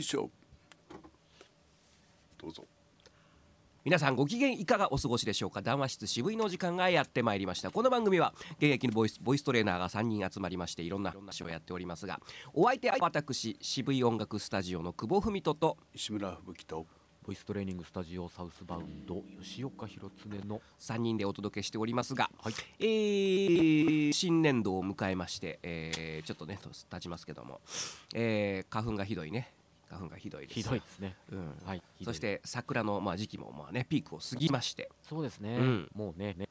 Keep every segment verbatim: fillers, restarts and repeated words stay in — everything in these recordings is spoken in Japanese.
ショー。どうぞ。 皆さんご機嫌いかがお過ごしでしょうか。談話室渋いの時間がやってまいりました。この番組は現役のボイスボイストレーナーがさんにん集まりましていろんな話をやっておりますが、お相手は私渋い音楽スタジオの久保文人と石村吹雪とボイストレーニングスタジオサウスバウンド吉岡弘恒のさんにんでお届けしておりますが、 はい、 えー、新年度を迎えまして、えー、ちょっとね経ちますけども、えー、花粉がひどいね。花粉がひどいです。 ひどいですね、 うんはい、 そして桜のまあ時期もまあねピークを過ぎまして、 そうですね、 うん、 もうねね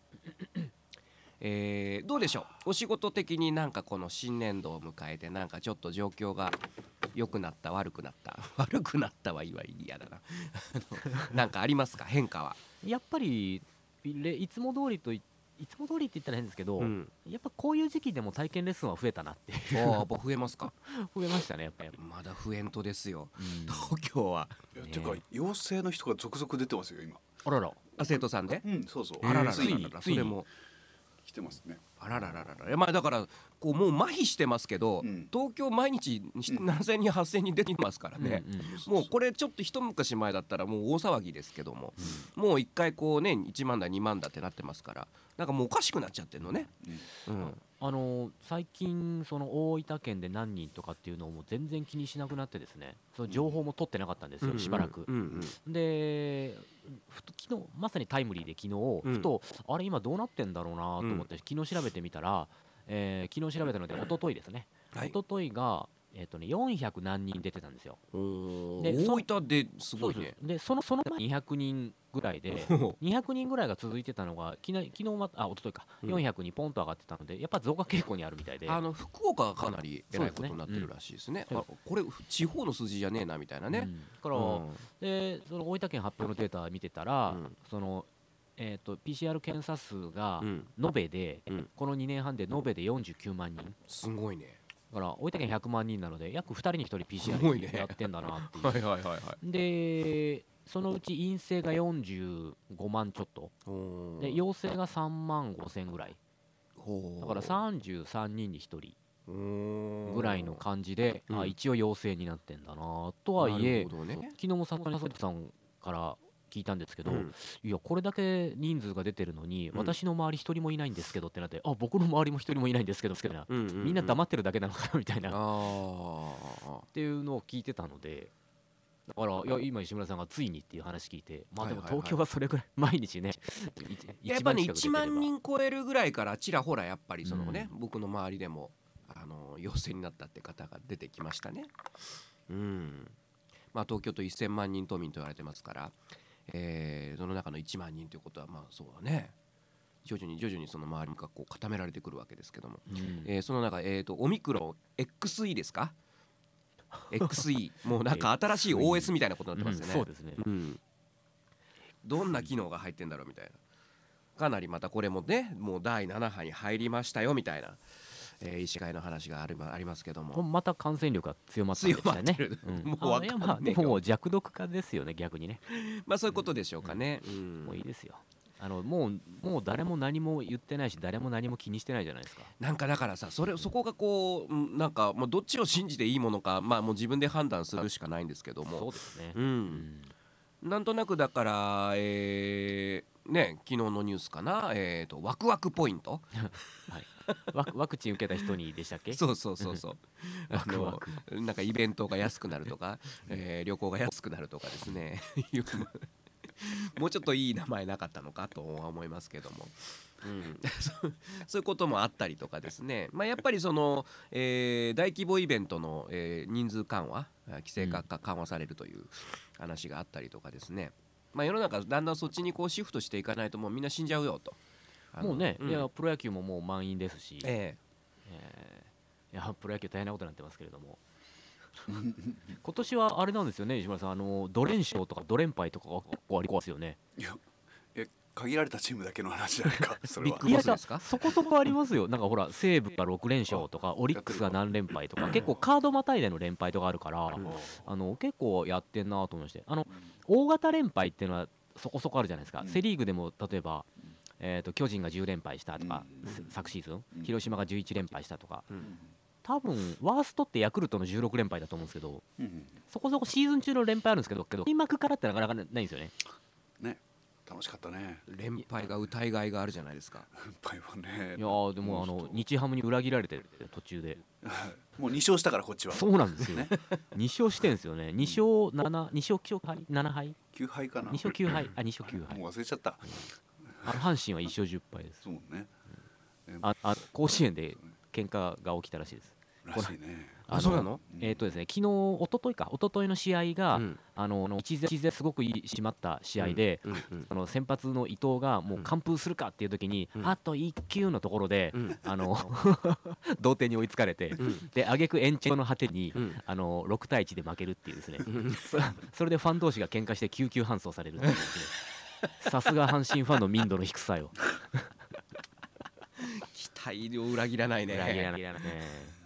えー、どうでしょう。お仕事的になんかこの新年度を迎えてなんかちょっと状況が良くなった悪くなった悪くなったは言わ嫌だななんかありますか、変化は。 やっぱりいつも通りといいつも通りって言ったら変ですけど、うん、やっぱこういう時期でも体験レッスンは増えたなっていう。 ああ、増えますか。 増えましたね、やっぱり。 まだ増えんとですよ、うん、東京は。 いや、てか陽性の人が続々出てますよ今。 あらら、 あ、生徒さんで、 うん、そうそう、 あらららら、 ついにそれも来てますね。 あららららら、まあだからこうもう麻痺してますけど、うん、東京毎日ななせんにんはっせんにん出てますからね、うんうん、もうこれちょっと一昔前だったらもう大騒ぎですけども、うん、もう一回こうねいちまんだにまんだってなってますから、なんかもうおかしくなっちゃってるのね、うんうん、 あの最近その大分県で何人とかっていうのをもう全然気にしなくなってですね、その情報も取ってなかったんですよ、うん、しばらく、うんうん、でふと昨日まさにタイムリーで昨日、うん、ふとあれ今どうなってんだろうなと思って、うん、昨日調べてみたら、えー、昨日調べたので一昨日ですね、はい、一昨日がえーとね、よんひゃく何人出てたんですよ。 で大分ですごいね。 でそのそのにひゃくにんぐらいでにひゃくにんぐらいが続いてたのが昨日昨日まあ一昨日か、うん、よんひゃくにポンと上がってたのでやっぱ増加傾向にあるみたいで、 あの福岡がかなりえらいことになってるらしいですね。あ、これ地方の数字じゃねえなみたいなね、うん、 だから、うん、でその大分県発表のデータ見てたら、うん、そのえー、と ピーシーアール 検査数が延べで、うん、このにねんはんで延べでよんじゅうきゅうまんにん。 すごいね。 だから大分県ひゃくまんにんなので約ふたりにひとり ピーシーアール やってんだなっていう。 はいはいはいはい。 でそのうち陰性がよんじゅうごまんちょっとで陽性がさんまんごせんぐらいだからさんじゅうさんにんにひとりぐらいの感じで、うん、あ一応陽性になってんだなとはいえ、ね、昨日もさんから聞いたんですけど、うん、いやこれだけ人数が出てるのに、うん、私の周り一人もいないんですけどってなって、あ僕の周りも一人もいないんですけど、うんうんうん、みんな黙ってるだけなのかなみたいなっていうのを聞いてたので、だからいや今石村さんがついにっていう話聞いて、まあでも東京はそれぐらい毎日ね、 やっぱねいちまんにん超えるぐらいからちらほらやっぱりそのね、うん、僕の周りでもあの陽性になったって方が出てきましたね。うん、まあ東京都せんまんにん島民と言われてますから、えー、その中のいちまんにんということはまあそうだね、徐々に徐々にその周りがこう固められてくるわけですけども、うん、えー、その中、えーと、オミクロン エックスイー ですかエックスイー もうなんか新しい オーエス みたいなことになってますよね、 うん、そうですね、 うん、どんな機能が入ってんだろうみたいな、かなりまたこれもねもうだいなな波に入りましたよみたいな、えー、医師会の話がありますけども、 また感染力が強まってるんですよね。 うん、もう分かんない、 まあ、もう弱毒化ですよね逆にねまあそういうことでしょうかね、うんうん、 もういいですよ、あのもうもう誰も何も言ってないし誰も何も気にしてないじゃないですか。 なんかだからさ、それそこがこうなんかもうどっちを信じていいものか、まあもう自分で判断するしかないんですけども、 そうですね、 うんうん、なんとなくだから、えー、ね昨日のニュースかな、えーとワクワクポイントはい、ワ, ワクチン受けた人にでしたっけそうそうそうそうあのワクワクなんかイベントが安くなるとか、えー、旅行が安くなるとかですねもうちょっといい名前なかったのかとは思いますけども、うん、そういうこともあったりとかですね、まあ、やっぱりその、えー、大規模イベントの、えー、人数緩和規制が緩和されるという話があったりとかですね、まあ、世の中だんだんそっちにこうシフトしていかないともうみんな死んじゃうよと。 もうね、うん、いやプロ野球ももう満員ですし、 えーえー、いやプロ野球大変なことになってますけれども今年はあれなんですよね石村さん、あのド連勝とかド連敗とかが結構ありますよね。 いやえ限られたチームだけの話じゃないかそれは。 ビッグボスですか。 そこそこありますよ。なんかほら西武がろく連勝とかオリックスが何連敗とか結構カードまたいでの連敗とかあるから、うん、あの結構やってんなと思いまして、あの大型連敗っていうのはそこそこあるじゃないですか、うん、セリーグでも例えば、えー、と巨人がじゅう連敗したとか、うん、昨シーズン、うん、広島がじゅういち連敗したとか、うん、 多分ワーストってヤクルトのじゅうろく連敗だと思うんですけど、 うんうん、 そこそこシーズン中の連敗あるんですけどけど開幕からってなかなかないんですよね。 ね、楽しかったね。 連敗が歌いがいがあるじゃないですか。 連敗はね。 いやーでもあの日ハムに裏切られてる途中でもうに勝したからこっちは。 そうなんですよね。に勝してんですよね。に勝なな、に勝きゅう敗、なな敗、 きゅう敗かな。 に勝きゅう敗、あに勝きゅう敗。 もう忘れちゃった。 あの阪神はいっ勝じゅっ敗です。 そうね。 ああ甲子園で喧嘩が起きたらしいです。 らしいね。 あ、そうなの？ えっとですね、昨日一昨日か一昨日の試合が、 うん、 あの一ゼロすごくいい締まった試合で、 うんうんうん、 あの先発の伊藤がもう完封するかっていう時に、 うん、 あといっ球のところで、 うん、 あの同点に追いつかれて、うん、で挙句延長の果てに、うん、あのろく対いちで負けるっていうですね、うん、そ, それでファン同士が喧嘩して救急搬送されるっていうですねさすが阪神ファンの民度の低さよ。 期待を裏切らないね。 裏切らないね。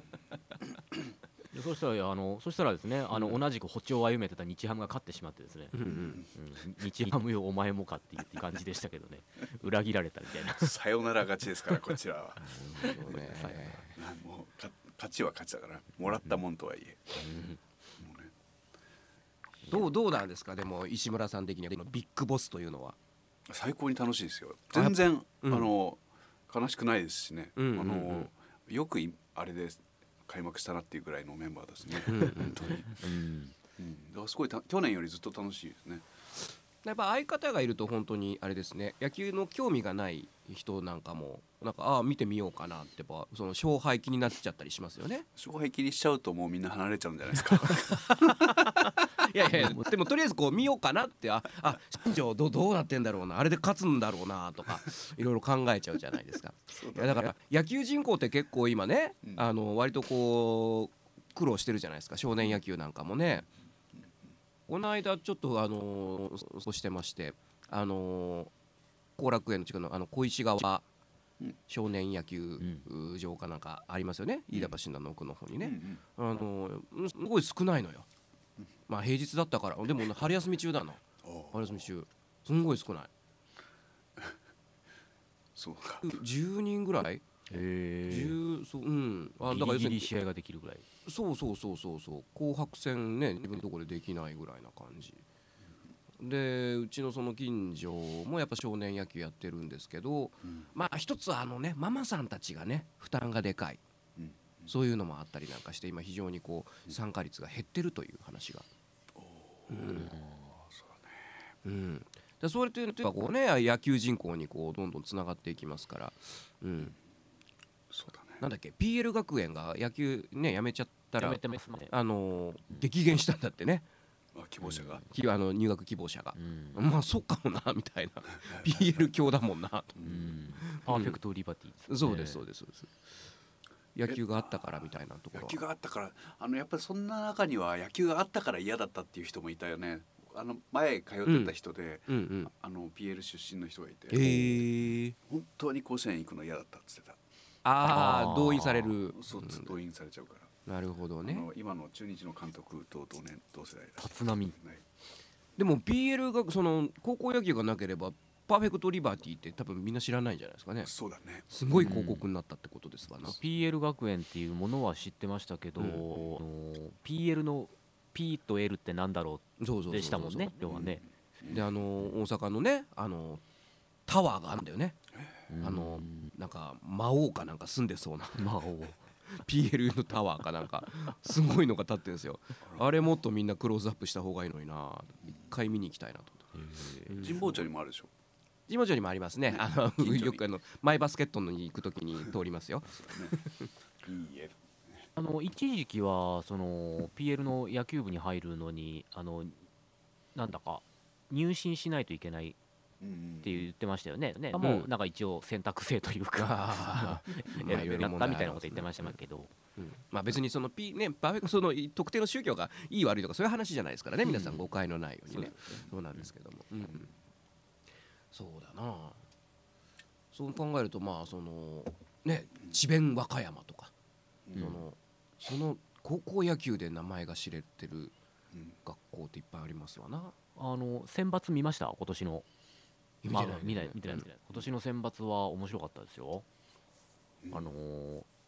そしたらあのそしたらですね、あの、うん、同じく歩調を歩めてた日ハムが勝ってしまってですね、うんうんうん、日ハムよお前もかっていう感じでしたけどね、裏切られたみたいな。 さよなら勝ちですからこちらは。 そうね、 もう勝ちは勝ちだからもらったもんとはいえ、うんもうね、どうどうなんですか。でも石村さん的にはビッグボスというのは最高に楽しいですよ。全然あ、うん、あの悲しくないですしね、うんうんうん、あのよくあれです開幕したなっていうぐらいのメンバーですね。本当に、うんうん、だからすごいた去年よりずっと楽しいですね。 やっぱ相方がいると本当にあれですね、野球の興味がない人なんかもなんかああ見てみようかなってやっぱその勝敗気になっちゃったりしますよね。 勝敗気にしちゃうともうみんな離れちゃうんじゃないですか。 いやいやでもとりあえずこう見ようかなってああ新庄 ど, どうなってんだろうなあれで勝つんだろうなとかいろいろ考えちゃうじゃないですか。いやだから野球人口って結構今ね、うん、あの割とこう苦労してるじゃないですか。少年野球なんかもね。この間ちょっとあのー、そうしてましてあの後、ー、楽園の近くのあの小石川少年野球場かなんかありますよね、うん、飯田橋の奥の方にね、うんうん、あのー、すごい少ないのよ。まあ平日だったからでも春休み中だな。春休み中すんごい少ない。 そうかじゅうにんぐらい。 へえ。 そう、うん、 あだからギリギリ試合ができるぐらい。 そうそうそうそうそう紅白戦ね自分のところでできないぐらいな感じで、うちのその近所もやっぱ少年野球やってるんですけど、うん、まあ一つあのねママさんたちがね負担がでかい、うん、そういうのもあったりなんかして今非常にこう参加率が減ってるという話が、うん、うん、そうだね、うん、でそれというのはこうね野球人口にこうどんどんつながっていきますから、うん、そうだね。なんだっけ ピーエル 学園が野球ねやめちゃったら、ね、あのー、激減したんだってね。 あ希望者が、 うん、あの入学希望者が、うん、まあそうかもなみたいなピーエル 教だもんなと、うん、 パーフェクトリバティ、 うん、そうですそうですそうです。野球があったからみたいなところは野球があったからあのやっぱりそんな中には野球があったから嫌だったっていう人もいたよね。あの前通ってた人で、うんうんうん、あの ピーエル 出身の人がいて、えー、 本当に甲子園行くの嫌だったって言ってた。 ああ動員される。 そう、うん、動員されちゃうから。 なるほどね。 あの今の中日の監督と同年同世代だし立浪、はい、 でも ピーエル がその高校野球がなければパーフェクトリバティって多分みんな知らないんじゃないですかね。 そうだね。 すごい広告になったってことですわな、うん、 ピーエル 学園っていうものは知ってましたけど、うん、ピーエル の P と L ってなんだろうでしたもんね要はね、 うん、であの大阪のねあのタワーがあるんだよね。あのなんか魔王かなんか住んでそうな魔王ピーエル のタワーかなんかすごいのが建ってるんですよ。あれもっとみんなクローズアップした方がいいのにな一回見に行きたいなと思って。 神保町にもあるでしょ。 神保町にもありますね。あのよくあのマイバスケットに行くときに通りますよ。 あの一時期はその ピーエル の野球部に入るのにあのなんだか入信しないといけないって言ってましたよね。ね、うん、もうなんか一応選択制というか選べるったみたいなこと言ってましたけど、 うん、まあ別にその P ねパーフェクトその特定の宗教がいい悪いとかそういう話じゃないですからね、皆さん誤解のないようにね、うん、そうなんですけども、うんうん、そうだな。そう考えるとまあそのね智弁和歌山とか、うん、そのその高校野球で名前が知れてる学校っていっぱいありますわな。 あの選抜見ました今年の。 見てない、 まあ、見ない見てない見てない。今年の選抜は面白かったですよ。うん、あのー、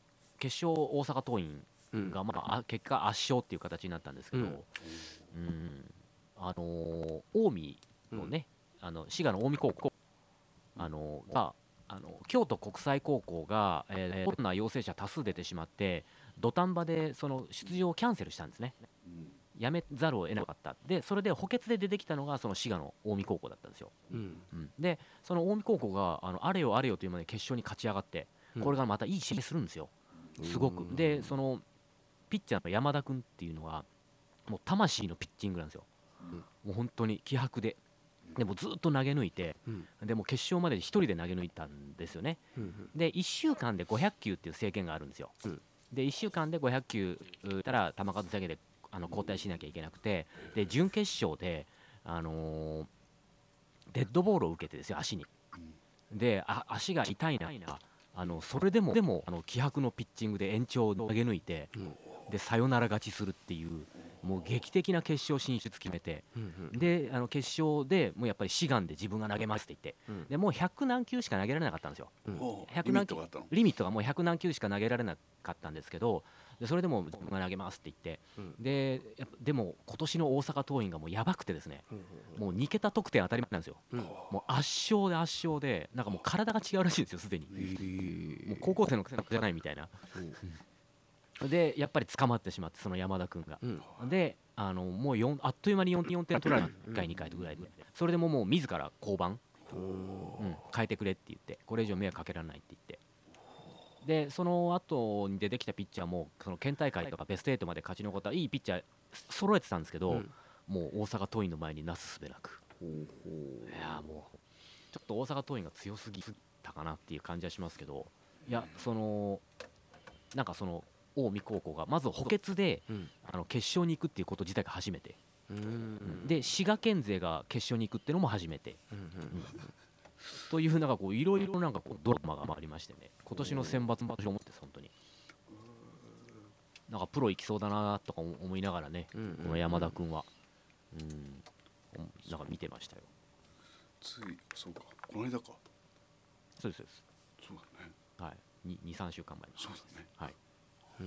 決勝大阪桐蔭が、まあ、結果圧勝っていう形になったんですけど、うん、あのー、近江のね、あの滋賀の近江高校、あのー、があの京都国際高校が、えー、コロナ陽性者多数出てしまって土壇場でその出場をキャンセルしたんですね。やめざるを得なかった。でそれで補欠で出てきたのがその滋賀の近江高校だったんですよ、うんうん、でその近江高校があのあれよあれよというまで決勝に勝ち上がって、これがまたいい試合するんですよ、すごく。でそのピッチャーの山田君っていうのはもう魂のピッチングなんですよ、うん、もう本当に気迫で、でもずっと投げ抜いて、うん、でも決勝まで一人で投げ抜いたんですよね、うんうん、でいっしゅうかんでごひゃくきゅうっていう制限があるんですよ、うん、でいっしゅうかんでごひゃくきゅう打ったら球数下げであの交代しなきゃいけなくて、で準決勝で、あのー、デッドボールを受けてですよ、足に。であ足が痛いな、あのそれでもでもあの気迫のピッチングで延長を投げ抜いて、でサヨナラ勝ちするっていう、もう劇的な決勝進出決めて、であの決勝でもうやっぱり志願で自分が投げますって言って、でもうひゃく何球しか投げられなかったんですよ、ひゃく何球リミットがもうひゃく何球しか投げられなかったんですけど、でそれでも自分が投げますって言って、うん、でやっぱでも今年の大阪桐蔭がもうやばくてですね、うんうんうん、もうに桁得点当たり前なんですよ、うん、もう圧勝で圧勝で、なんかもう体が違うらしいんですよ、すでに。もう高校生のじゃないみたいな、うん、でやっぱり捕まってしまって、その山田君が、うん、であのもうよんあっという間によんてん取られた、いっかいにかいぐらいで、それでももう自ら降板、うん、変えてくれって言って、これ以上迷惑かけられないって言って、でその後に出てきたピッチャーもその県大会とかベストはちまで勝ち残ったいいピッチャー揃えてたんですけど、うん、もう大阪桐蔭の前になすすべなく、いやもうちょっと大阪桐蔭が強すぎたかなっていう感じはしますけど、いやそのなんかその近江高校がまず補欠で、うん、あの決勝に行くっていうこと自体が初めて、うん、で滋賀県勢が決勝に行くっていうのも初めて、うんうんうん、というなんかこういろいろなんかこうドラマがありましてね、今年の選抜も私思って本当になんかプロ行きそうだなとか思いながらね、うんうんうん、この山田君はうんなんか見てましたよ。 ついそうか、この間か。 そうですそうです。 そうだね。 はい、に、に、さんしゅうかんまえに。 そうだね。 はい。うん。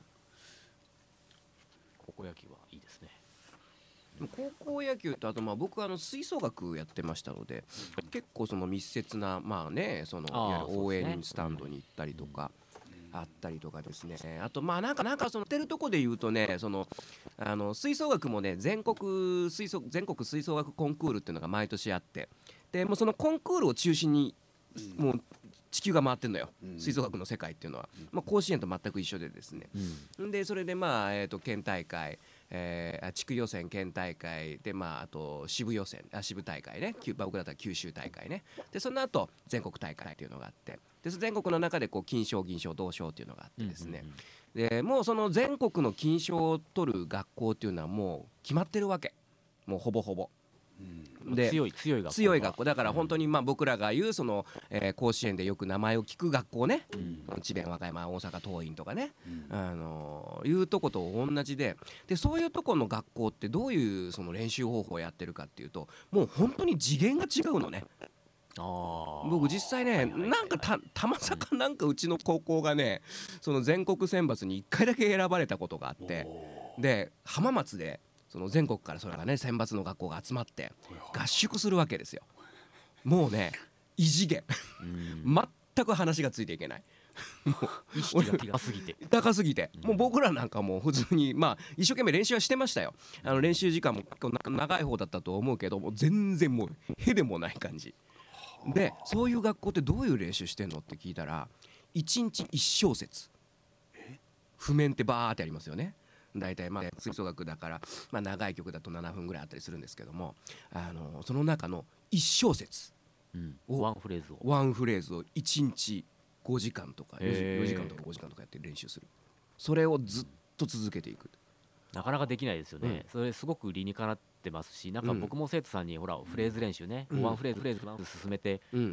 高校野球はいいですね。 高校野球とあとまあ僕はあの吹奏楽やってましたので、結構その密接なまあね、そのいわゆる応援スタンドに行ったりとかあったりとかですね、あとまあなんかなんかそのてるとこで言うとね、そのあの吹奏楽もね、全国吹奏全国吹奏楽コンクールっていうのが毎年あって、でもうそのコンクールを中心にもう地球が回ってんのよ、吹奏楽の世界っていうのは、まあ、甲子園と全く一緒でですね、でそれでまあえっと県大会、えー、地区予選県大会で、まあ、あと支部予選あ支部大会ね、僕だったら九州大会ね、でその後全国大会っていうのがあって、で全国の中でこう金賞銀賞銅賞っていうのがあってですね、でもうその全国の金賞を取る学校っていうのはもう決まってるわけ、もうほぼほぼ。 で強い強い学校強い学校だから、本当にまあ僕らが言うその、えー、甲子園でよく名前を聞く学校ね、うん、智弁和歌山大阪桐蔭とかね、うん、あのー、いうとこと同じで、でそういうとこの学校ってどういうその練習方法をやってるかっていうと、もう本当に次元が違うのね。あ僕実際ね、なんかたたまさかなんかうちの高校がね、その全国選抜にいっかいだけ選ばれたことがあって、で浜松でその全国からそれがね選抜の学校が集まって合宿するわけですよ。もうね異次元全く話がついていけないもう意識が高すぎて高すぎて、もう僕らなんかもう普通にまあ一生懸命練習はしてましたよ。あの練習時間も長い方だったと思うけども、全然もうへでもない感じで、そういう学校ってどういう練習してんのって聞いたら、いちにちいち小節、譜面ってバーってありますよね。大体まあ吹奏楽だから、まあ、長い曲だとななふんぐらいあったりするんですけども、あのその中のいち小節を、 うん、ワンフレーズをワンフレーズをいちにちごじかんとかよじかんとかごじかんとかやって練習する。それをずっと続けていく。 なかなかできないですよね、うん、それすごく理にかなってますし、なんか僕も生徒さんにほらフレーズ練習ね、うん、ワンフレーズフレーズ進めて、うん、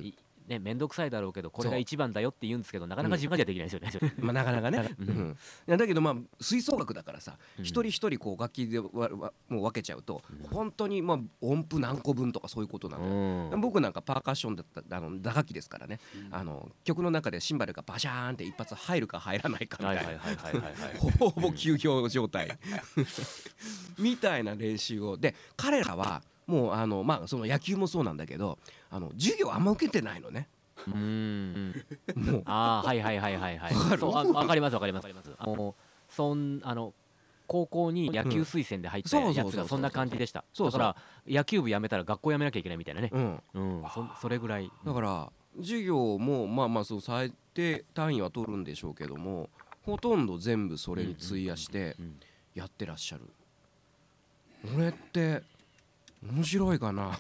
ね面倒くさいだろうけどこれが一番だよって言うんですけどなかなか自分じゃできないですよね、 まあなかなかね、 ううんん、いやだけどまあ吹奏楽だからさ、 うん一人一人こう楽器でわわもう分けちゃうと、本当にまあ音符何個分とかそういうことなんだよ、 うん、 僕なんかパーカッションだったあの打楽器ですからね、あの曲の中でシンバルがバシャーンって一発入るか入らないかみたいな、 はいはいはいはいはいはいほぼ休業状態みたいな練習をで彼らはもうあのまあその野球もそうなんだけどあの授業あんま受けてないのね。 うーんもうああはいはいはいはいはいわかるそうあわかりますわかりますわかりますあのそんあの高校に野球推薦で入ったうんやつがそんな感じでしたそうそうだから野球部辞めたら学校辞めなきゃいけないみたいなねうんうんそそれぐらいだから授業もまあまあそう最低単位は取るんでしょうけどもほとんど全部それに費やしてうんやってらっしゃる。俺って面白いかな。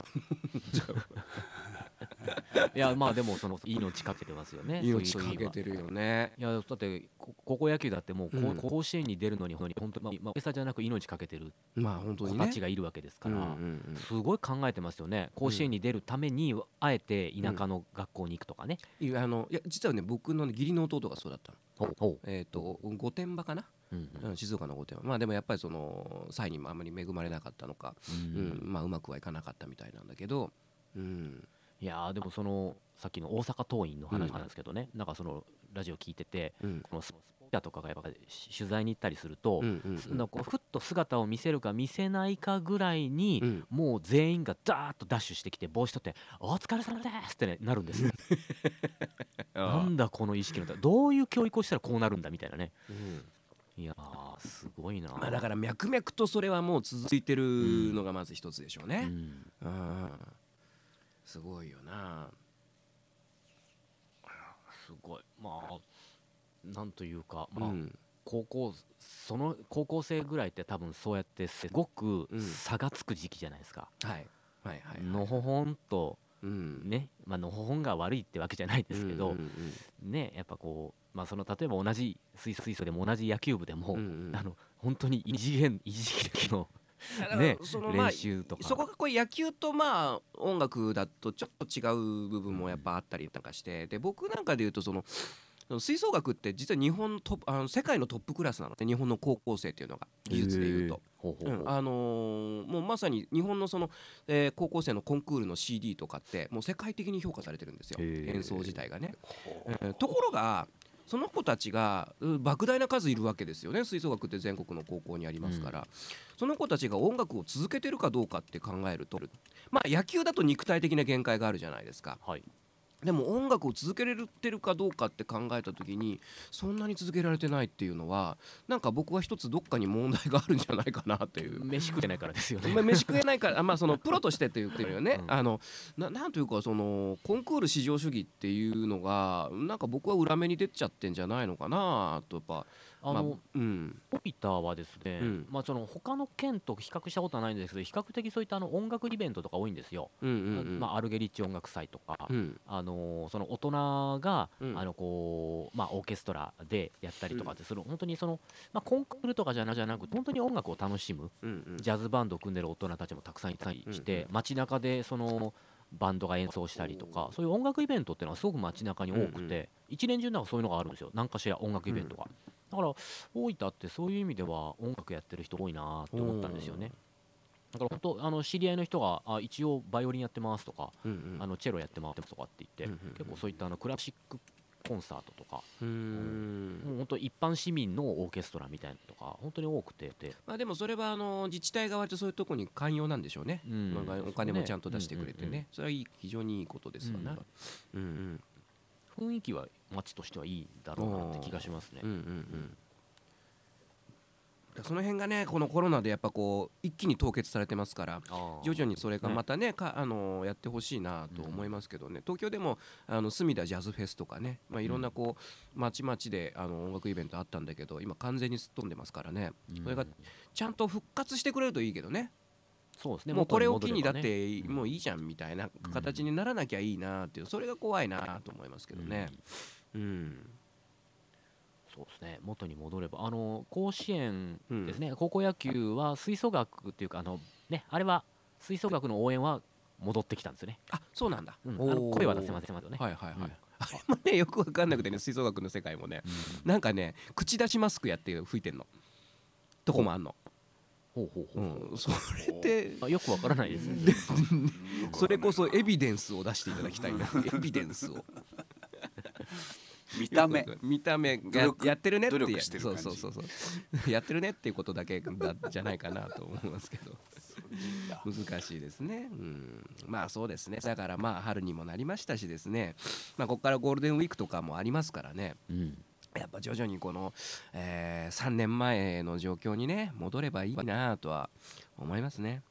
いやまあでもその命かけてますよね命そういう意味はかけてるよね。 いやだってこ高校野球だってもうこうん甲子園に出るのに本当にまあまあ餌じゃなく命かけてるまあ本当子にね。 たちがいるわけですから、 うんうんすごい考えてますよね甲子園に出るためにあえて田舎の学校に行くとかね、 うん、いやあのいや実はね僕の、ね、義理の弟がそうだったの。 ほうほえっ、と御殿場かな、 う、うんうん、静岡の御殿場まあでもやっぱりその際にもあまり恵まれなかったのか、 うんうんまあうまくはいかなかったみたいなんだけど、うん、 いやーでもそのさっきの大阪桐蔭の話なんですけどね、なんかそのラジオ聞いててうんこのスポーツとかがやっぱし取材に行ったりすると、 うんうんそのこうふっと姿を見せるか見せないかぐらいに、 うんもう全員がダーッとダッシュしてきて帽子取って「お疲れ様です」って、ね、なるんですなんだこの意識のどういう教育をしたらこうなるんだみたいなね。 うんいやーすごいな、 まあ、だから脈々とそれはもう続いてるのがまず一つでしょうね。 うん、 うんすごいよな。 すごいまあなんというか、まあうん高校その高校生ぐらいって多分そうやってすごくうん差がつく時期じゃないですか、 はいはいはい。 のほほんとうんね、まあのほほんが悪いってわけじゃないですけど、 うんうんねやっぱこう、まあ、その例えば同じ水水素でも同じ野球部でも、 うんうんあの本当に異次元異次元のだからねそのまあ練習とかそこがこう野球とまあ音楽だとちょっと違う部分もやっぱあったりなんかしてで僕なんかで言うとその吹奏楽って実は日本のトップあの世界のトップクラスなので日本の高校生っていうのが技術で言うと。 ほうほうほううんあのーもうまさに日本のその、えー高校生のコンクールの シーディー とかってもう世界的に評価されてるんですよへー演奏自体がね、えーところがその子たちがう莫大な数いるわけですよね吹奏楽って全国の高校にありますから、その子たちが音楽を続けてるかどうかって考えるとまあ野球だと肉体的な限界があるじゃないですか。 はいでも音楽を続けられてるかどうかって考えた時にそんなに続けられてないっていうのはなんか僕は一つどっかに問題があるんじゃないかなっていう。 飯食えないからですよねまあ飯食えないからあまあそのプロとしてって言ってるよね、 うんあのななんというかそのコンクール至上主義っていうのがなんか僕は裏目に出ちゃってんじゃないのかなとやっぱあの、 まあ、うんポピターはですね、 うんまあ、その他の県と比較したことはないんですけど比較的そういったあの音楽イベントとか多いんですよ、 うんうんうんまあ、アルゲリッチ音楽祭とか、 うんあのーその大人が、 うんあのこうまあ、オーケストラでやったりとかってする、本当にその、まあ、コンクールとかじゃなじゃなく本当に音楽を楽しむうんうんジャズバンドを組んでる大人たちもたくさんいたりして、 うん街中でそのバンドが演奏したりとかそういう音楽イベントっていうのはすごく街中に多くて、 うんうん一年中なんかそういうのがあるんですよ何かしら音楽イベントが、だから大分ってそういう意味では音楽やってる人多いなって思ったんですよね。だから本当あの知り合いの人があ一応バイオリンやってますとか、 うんうんあのチェロやってますとかって言って、 うんうんうん結構そういったあのクラシックコンサートとか、 うーんもう本当一般市民のオーケストラみたいなのとか本当に多くてで、 まあでもそれはあの自治体が割とそういうところに寛容なんでしょうね、 うんまあお金もちゃんと出してくれてね、 うんうんうんそれはいい非常にいいことですわな、うんうん雰囲気は街としてはいいだろうなって気がしますねうんうんうんだからその辺がねこのコロナでやっぱこう一気に凍結されてますからあー徐々にそれがまたねかあのやってほしいなと思いますけどね、東京でもあの隅田ジャズフェスとかね、まあ、いろんなこうまちまちであの音楽イベントあったんだけど今完全にすっ飛んでますからね、 うんそれがちゃんと復活してくれるといいけどねそうですねもうこれを機元ににだっ戻ればねてもういいじゃんみたいな形にならなきゃいいなっていうそれが怖いなと思いますけどね。うんそうですね元に戻ればあの甲子園ですね、高校野球は吹奏楽っていうかあのねあれは吹奏楽の応援は戻ってきたんですよね。 あ、そうなんだ、 うん、あの声は出せませんけどね。 はいはいはい、うん、 あれもねよく分かんなくてね、吹奏楽の世界もね、うん、なんかね口出しマスクやって吹いてんのとこもあんの。 ほうほうほう、 うん、それってあよくわからないですねそれこそエビデンスを出していただきたいなエビデンスを見た目見た目や, やってるねって努力してる感じ、 そうそうそうそうやってるねっていうことだけだじゃないかなと思いますけど難しいですね、うん、まあそうですね。だからまあ春にもなりましたしですね、まあここからゴールデンウィークとかもありますからね、うん、やっぱ徐々にこの、えー、さんねんまえの状況にね戻ればいいなとは思いますね。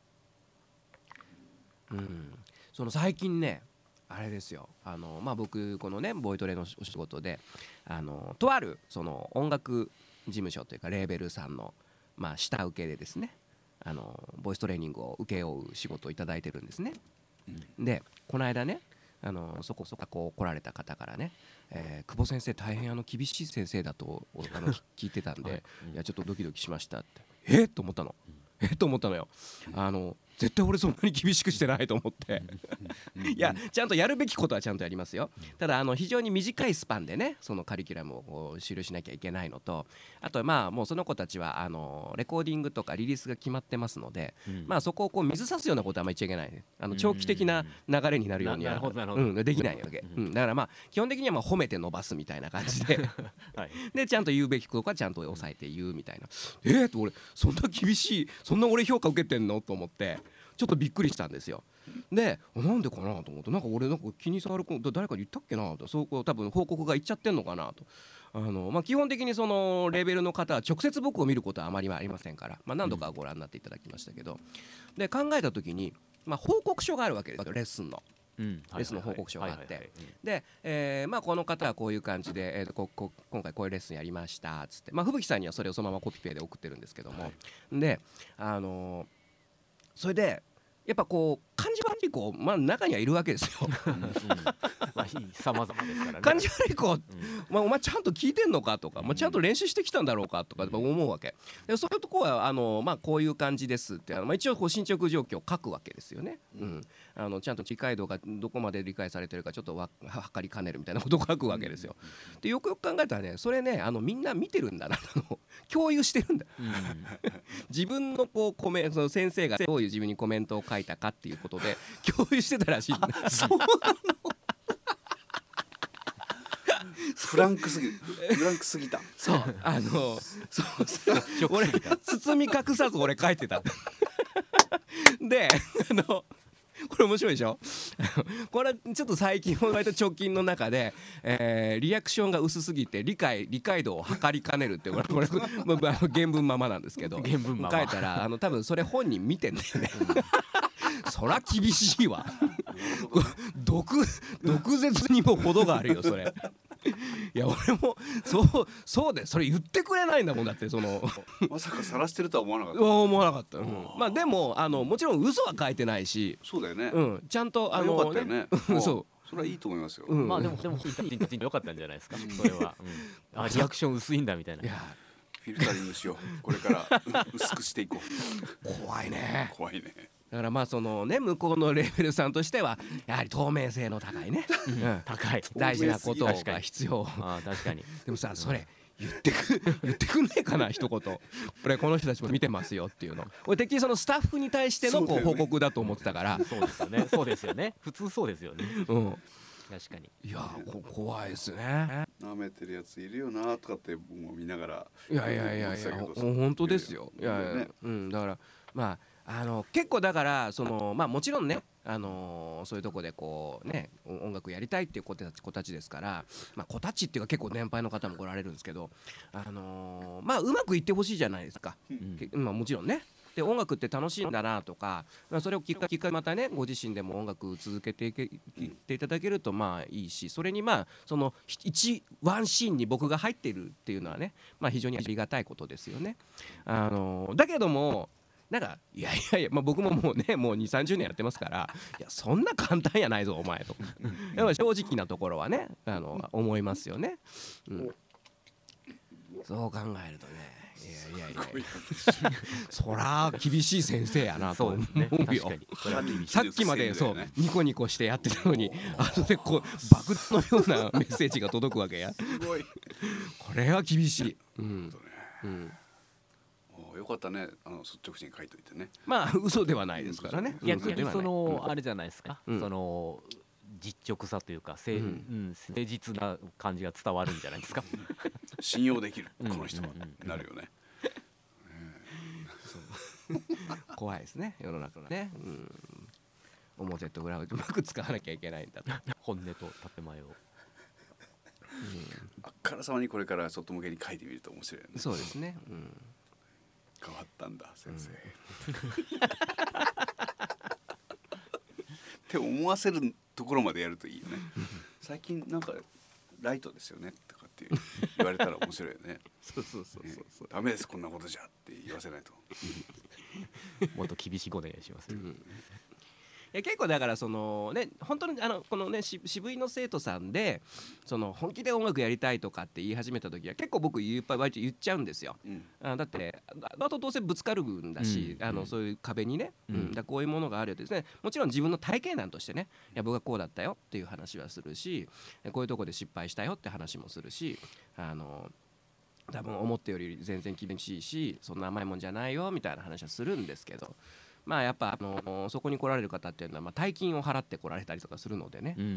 うん、その最近ねあれですよ、あの、まあ、僕このねボイトレのお仕事であのとあるその音楽事務所というかレーベルさんの、まあ、下請けでですね、あのボイストレーニングを請け負う仕事をいただいてるんですね、うん、でこの間ねあのそこそここう来られた方からね、えー、久保先生大変あの厳しい先生だとあの聞いてたんで、はい、いやちょっとドキドキしましたってえっと思ったの、えっと思ったのよ。あの絶対俺そんなに厳しくしてないと思っていやちゃんとやるべきことはちゃんとやりますよ。ただあの非常に短いスパンでねそのカリキュラムを終了しなきゃいけないのと、あとまあもうその子たちはあのレコーディングとかリリースが決まってますので、うん、まあそこをこう水差すようなことはあんまり言っちゃいけない、ね、あの長期的な流れになるようにはうん、できないわけ、うん、だからまあ基本的にはまあ褒めて伸ばすみたいな感じで、はい、でちゃんと言うべきことはちゃんと抑えて言うみたいな。えーと俺そんな厳しいそんな俺評価受けてんのと思ってちょっとびっくりしたんですよ。でなんでかなと思ってなんか俺なんか気に障ること誰かに言ったっけなとそうこう多分報告がいっちゃってんのかなと。あの、まあ、基本的にそのレベルの方は直接僕を見ることはあまりありませんから、まあ、何度かご覧になっていただきましたけど、で考えた時に、まあ、報告書があるわけですよレッスンの。うん、レッスンの報告書があってで、えーまあ、この方はこういう感じで、えー、とここ今回こういうレッスンやりましたっつって、まあ、吹雪さんにはそれをそのままコピペで送ってるんですけども、はい、で、あのー、それでやっぱこう感じ悪い子、まあ、中にはいるわけですようん、うんまあ、様々ですからね。 感じ悪い子、うんまあ、お前ちゃんと聞いてんのかとか、まあ、ちゃんと練習してきたんだろうかとか思うわけで、そういうとこはあの、まあ、こういう感じですってあの、まあ、一応こう進捗状況を書くわけですよね、うん、あのちゃんと理解度がどこまで理解されてるかちょっとわ測りかねるみたいなことを書くわけですよ。でよくよく考えたらねそれねあのみんな見てるんだな共有してるんだ、うん、自分のこうコメその先生がどういう自分にコメントを書いたかっていうことで共有してたらしいそうなのフランクすぎフランクすぎたそうあのそうそう俺包み隠さず俺書いてたであのこれ面白いでしょこれちょっと最近割と直近の中で、えー、リアクションが薄すぎて理解理解度を測りかねるってこれこれ原文ままなんですけど原文まま書いたらあの多分それ本人見てんだよねそら厳しいわ毒毒舌にも程があるよそれいや俺もそうそうでそれ言ってくれないんだもんだってそのまさか晒してるとは思わなかった思わなかった、うん、まあでもあのもちろん嘘は書いてないしそうだよね、 うん、ちゃんとあのよかったよねそうそれはいいと思いますよ、 うん、まあでもでもよかったんじゃないですかそれは、うん、あリアクション薄いんだみたいな。いやフィルタリングしようこれから薄くしていこう怖いね怖いね。 だからまあそのね向こうのレベルさんとしてはやはり透明性の高いね、 うん、高い大事なことが必要。 あ確かにでもさそれ言ってく言ってくんねえかな一言これこの人たちも見てますよっていうの俺てっきりそのスタッフに対してのこう報告だと思ってたからそうですよねそうですよね普通そうですよねうん確かにいやこ怖いですね。 舐めてるやついるよなとかってもう見ながらいやいやいやいや本当ですよ。いやいや、ね、うんだからまああの結構だからそのまあもちろんねあのー、そういうとこでこうね音楽やりたいっていう子たち子たちですから、まあ、子たちっていうか結構年配の方も来られるんですけど、あのー、まあうまくいってほしいじゃないですか、うんまあ、もちろんね。で音楽って楽しいんだなとか、まあ、それをきっかけまたねご自身でも音楽続けていけいっていただけるとまあいいし、それにまあその一ワンシーンに僕が入っているっていうのはね、まあ、非常にありがたいことですよね。あのー、だけどもなんかいやいやいや、まあ、僕ももうねもうにじゅうさんじゅうねんやってますからいやそんな簡単やないぞお前とやっぱ正直なところはねあの思いますよね、うん、そう考えるとねいやいやいやそら厳しい先生やなと思うよ。さっきまでそうニコニコしてやってたのにあのでこう爆弾のようなメッセージが届くわけや。 すごいこれは厳しい。うんうんよかったね、あの率直に書いといてね。 まあ嘘ではないですからね。 逆にそのあれじゃないですか、その実直さというか誠実な感じが伝わるんじゃないですか。 信用できるこの人はなるよね。 怖いですね世の中のね。表と裏をうまく使わなきゃいけないんだと。 本音と建前をあからさまにこれから外向けに書いてみると面白いよね。 そうですね。 変わったんだ先生、うん、って思わせるところまでやるといいよね。最近なんかライトですよねとかって言われたら面白いよね。 そうそうそうそうそう、 ね、ダメですこんなことじゃって言わせないともっと厳しくお願いします、うん、 いや結構だからそのね本当にあのこのね渋いの生徒さんでその本気で音楽やりたいとかって言い始めた時は結構僕いっぱい割と言っちゃうんですよ、うん、あだってあとどうせぶつかるんだし、うん、あのそういう壁にね、うんうん、だこういうものがあるよですね。もちろん自分の体験談としてねいや僕はこうだったよっていう話はするしこういうとこで失敗したよって話もするしあの多分思ったより全然厳しいしそんな甘いもんじゃないよみたいな話はするんですけどまあやっぱあのそこに来られる方っていうのはまあ大金を払って来られたりとかするのでね、うんうん、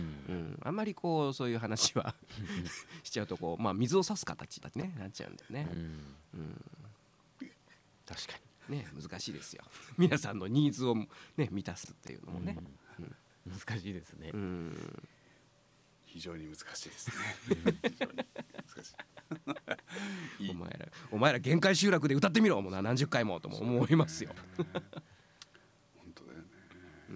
あんまりこうそういう話はしちゃうとこう、まあ、水を差す形だねなっちゃうんだよね、うんうん、確かにね難しいですよ皆さんのニーズを、ね、満たすっていうのもね、 うんうん、難しいですね、うん、 非常に難しいですね非常に難しいお前らお前ら限界集落で歌ってみろもう何十回もとも思いますよ本当だよね、うん、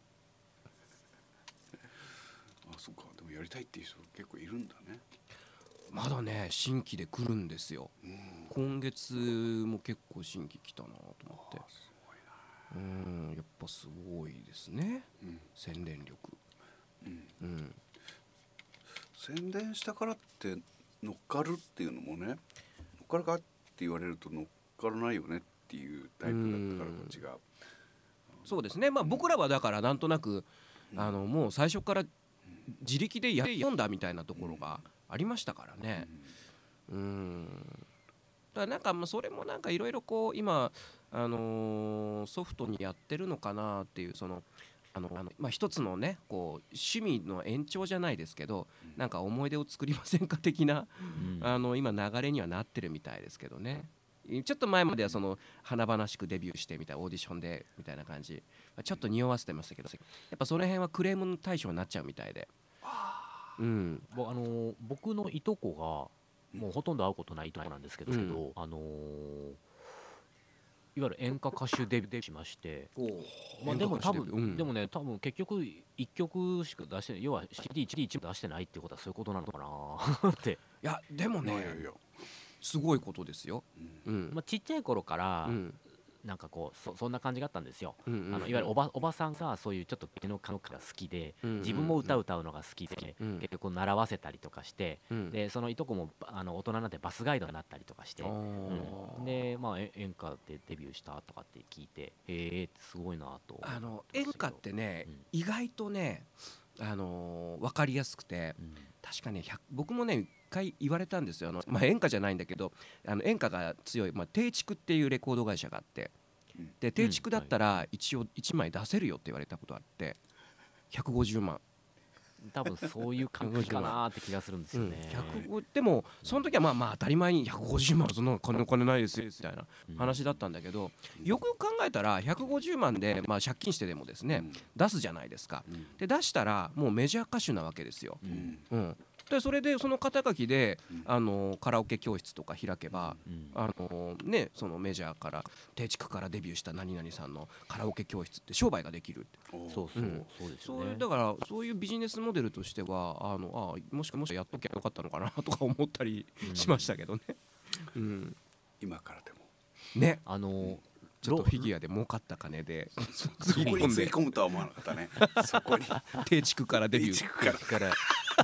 あそっかでもやりたいっていう人結構いるんだね。 まだね新規で来るんですよ、うん、今月も結構新規来たなと思って。すごいな。うんやっぱすごいですね、うん、宣伝力、うんうん、 宣伝したからって乗っかるっていうのもね乗っかるかって言われると乗っからないよねっていうタイプだったからこっちが。 そうですねまあ僕らはだからなんとなく、うん、あのもう最初から自力でや読んだみたいなところがありましたからね。うん、うんだからなんかまあそれもなんかいろいろこう今、あのー、ソフトにやってるのかなっていうそのあのあのまあ、一つのねこう趣味の延長じゃないですけど、うん、なんか思い出を作りませんか的な、うん、あの今流れにはなってるみたいですけどね。ちょっと前まではその華々しくデビューしてみたいオーディションでみたいな感じちょっと匂わせてましたけどやっぱその辺はクレームの対象になっちゃうみたいで、 うん、あの僕のいとこがもうほとんど会うことないとこなんですけど、うん、あのーいわゆる演歌歌手デビューしまして、まあ、でも多分、うん、でもね多分結局いっきょくしか出してない要は シーディーいち いち出してないっていうことはそういうことなのかなっていやでもねいやいやすごいことですよ、 うんうんまあ、ちっちゃい頃から、うん、なんかこう そ, そんな感じがあったんですよ、うんうんうん、あのいわゆるお ば, おばさんがそういうちょっと手の感覚が好きで、うんうんうん、自分も歌を歌うのが好きで、うん、結局習わせたりとかして、うん、でそのいとこもあの大人になってバスガイドになったりとかして、うん、で、まあ、演歌でデビューしたとかって聞いてへえすごいなとあの演歌ってね、うん、意外とね、あのー、分かりやすくて、うん、確かね僕もね一回言われたんですよあの、まあ、演歌じゃないんだけどあの演歌が強い、まあ、定畜っていうレコード会社があってで定畜だったら一応いちまい出せるよって言われたことあってひゃくごじゅうまん多分そういう感じかなって気がするんですよね、 うん、でもその時はまあまあ当たり前にひゃくごじゅうまんそんな金お金ないですよみたいな話だったんだけど、うん、よくよく考えたらひゃくごじゅうまんでまあ借金してでもですね、うん、出すじゃないですか、うん、で出したらもうメジャー歌手なわけですよ、うんうんでそれでその肩書きで、うん、あのカラオケ教室とか開けば、うん、あのねそのメジャーから定畜からデビューした何々さんのカラオケ教室って商売ができるってそうそう、うん、そうですよね。 そうだからそういうビジネスモデルとしてはあのあもしかもしやっときゃよかったのかなとか思ったりしましたけどね、うんうん、 今からでもねあのーちょっとフィギュアで儲かった金でそこにつぎ込むとは思わなかったねそこに定畜からデビュー定畜から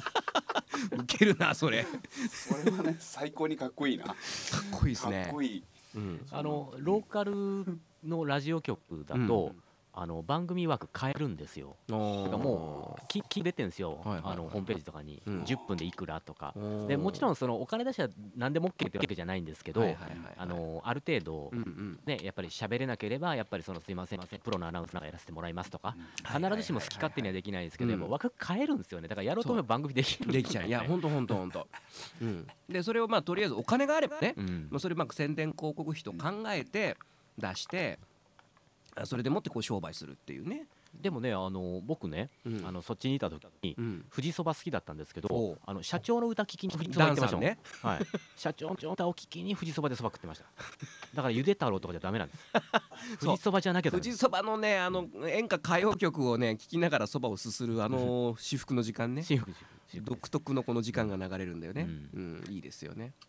ウケるなそれ。 それはね最高にかっこいいな。かっこいいですね。 かっこいい。 うん、あのローカルのラジオ局だと、うん、あの番組枠変えるんですよ。だからもうきき出てるんですよ、はいはいはい、あのホームページとかに、うん、じゅっぷんでいくらとかで、もちろんそのお金出しは何でも OK ってわけじゃないんですけど、あのある程度、うんうん、ね、やっぱり喋れなければやっぱりそのすいませんプロのアナウンサーがやらせてもらいますとか、うん、必ずしも好き勝手にはできないですけど、うん、枠変えるんですよね。だからやろうと思えば番組できるできちゃう。いや本当本当本当。でそれをまあとりあえずお金があればね、うん、まあそれまあ宣伝広告費と考えて出して、それでもってこう商売するっていうね。 でもね、あの僕ね、うん、あのそっちにいた時に、うん、富士そば好きだったんですけど、あの社長の歌聞きに富士そば行ってましたもんね。はい、社長の歌を聞きに富士そばでそば食ってました。だからゆで太郎とかじゃダメなんです。富士そばじゃなきゃダメ。 富士そばのね、あの演歌歌謡曲をね聞きながらそばをすするあの至福の時間ね。独特のこの時間が流れるんだよね。うん、うん、いいですよね。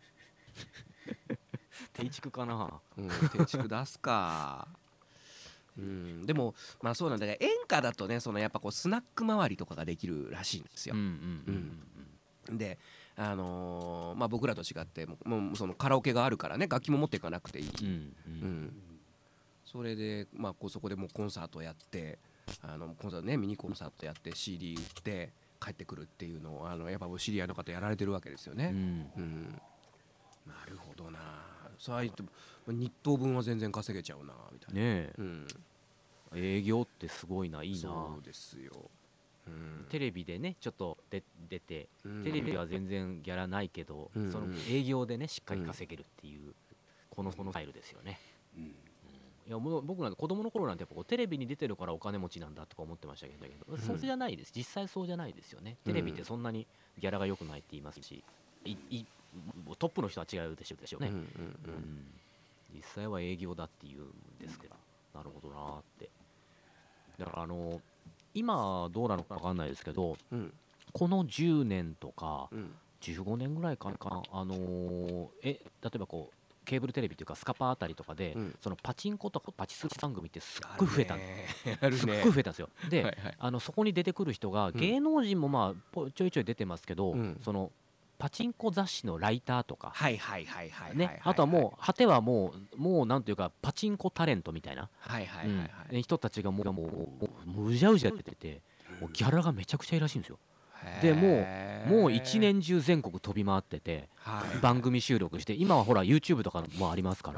定畜かな。 うん、定畜出すか。うん、でもまあそうなんだけど、演歌だとね、そのやっぱこうスナック周りとかができるらしいんですよ。で、あのー、まあ僕らと違ってもうそのカラオケがあるからね、楽器も持っていかなくていい。うん、うん、それでまあこうそこでもうコンサートやって、あのコンサートね、ミニコンサートやって シーディー 売って帰ってくるっていうのをあのやっぱ知り合いの方やられてるわけですよね。うん、うん、なるほどな。そう言って日当分は全然稼げちゃうなみたいな。ねえ、うん、 営業ってすごいな、いいな。 そうですよ。 うん、テレビでねちょっとで出て、うん、テレビは全然ギャラないけど、うん、その営業でねしっかり稼げるっていう、うん、このこのスタイルですよね。うん、うん、いやもう僕なんて子供の頃なんてやっぱこうテレビに出てるからお金持ちなんだとか思ってましたけど、うん、それじゃないです。実際そうじゃないですよね。テレビってそんなにギャラが良くないって言いますし、いいトップの人は違うでしょうね。うんうんうん、実際は営業だっていうんですけど、なるほどなって。だからあの今どうなのか分かんないですけど、うん、このじゅうねんとか、うん、じゅうごねんぐらいかな、あのー、え例えばこうケーブルテレビというかスカパーあたりとかで、うん、そのパチンコとかパチスロ番組ってすっごい増えたんですすっごい増えたんですよ。で、はいはい、あのそこに出てくる人が芸能人もまあちょいちょい出てますけど、うん、そのパチンコ雑誌のライターとか、あとはもう果てはもうもうなんていうかパチンコタレントみたいな人たちがもうもうもううじゃうじゃやってて、もうギャラがめちゃくちゃいいらしいんですよ。でもうもう一年中全国飛び回ってて、番組収録して、今はほら YouTube とかもありますから、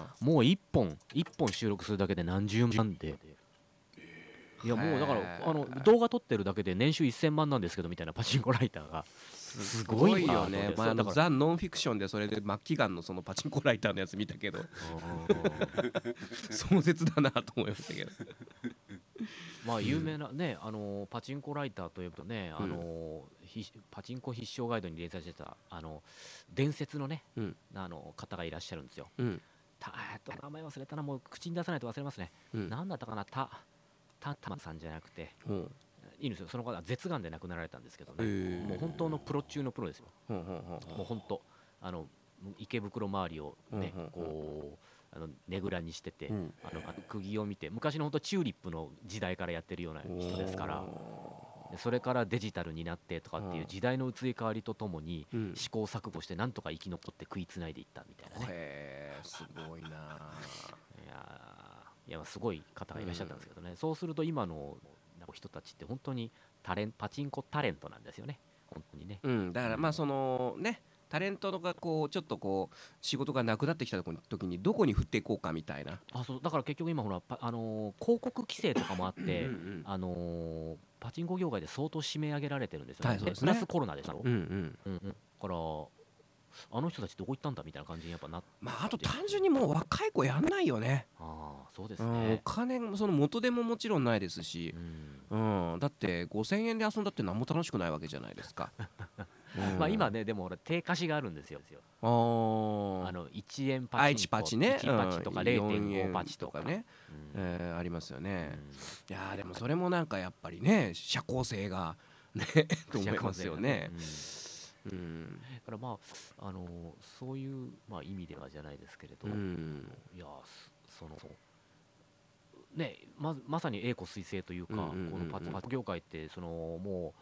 もう一本一本収録するだけで何十万で。いやもうだからあの動画撮ってるだけで年収せんまんなんですけどみたいなパチンコライターがすごいよね。 まあ、あのザ・ノンフィクションでそれで末期がんのそのパチンコライターのやつ見たけど壮絶だなと思いましたけどまあ有名なね、あのパチンコライターといえばね、あのパチンコ必勝ガイドに連載してたあの伝説のね、あの方がいらっしゃるんですよ。たえっと名前忘れたな、もう口に出さないと忘れますね。なんだったかな、たたたまさんじゃなくて。いいんですよ。その方は舌がんで亡くなられたんですけどね、もう本当のプロ中のプロですよ。もう本当あの池袋周りをねこうあのねぐらにしてて、あの釘を見て、昔の本当チューリップの時代からやってるような人ですから、それからデジタルになってとかっていう時代の移り変わりとともに試行錯誤してなんとか生き残って食いつないでいったみたいなね。 へー、すごいな。いやいやすごい方がいらっしゃったんですけどね、そうすると今の人たちって本当にタレンパチンコタレントなんですよね、本当にね。 うん、だからまあそのね、タレントがこうちょっとこう仕事がなくなってきた時にどこに振っていこうかみたいな。 あ、そうだから結局今ほらあのー、広告規制とかもあってうん、うん、あのー、パチンコ業界で相当締め上げられてるんですよね。はい、そうですね。プラスコロナでしょ。うんうんうんうん、だからあの人たちどこ行ったんだみたいな感じにやっぱなって、 まあ、あと単純にもう若い子やんないよね。 ああそうですね、 お金その元でももちろんないですし、うんうん、だってごせんえんで遊んだって何も楽しくないわけじゃないですかまあ今ねでもほら低貸しがあるんですよ。あのいちえんパチンコ、 愛知パチね、 いちパチとか れいてんご パチとかね、うん、えー、ありますよね、うん、いやでもそれもなんかやっぱりね社交性がねと思いますよね。 うん、だからまあ、あのー、そういう、まあ、意味ではじゃないですけれど、うん、いやそのね ま, まさに栄枯水星というか、うんうんうんうん、このパチンコ業界ってそのも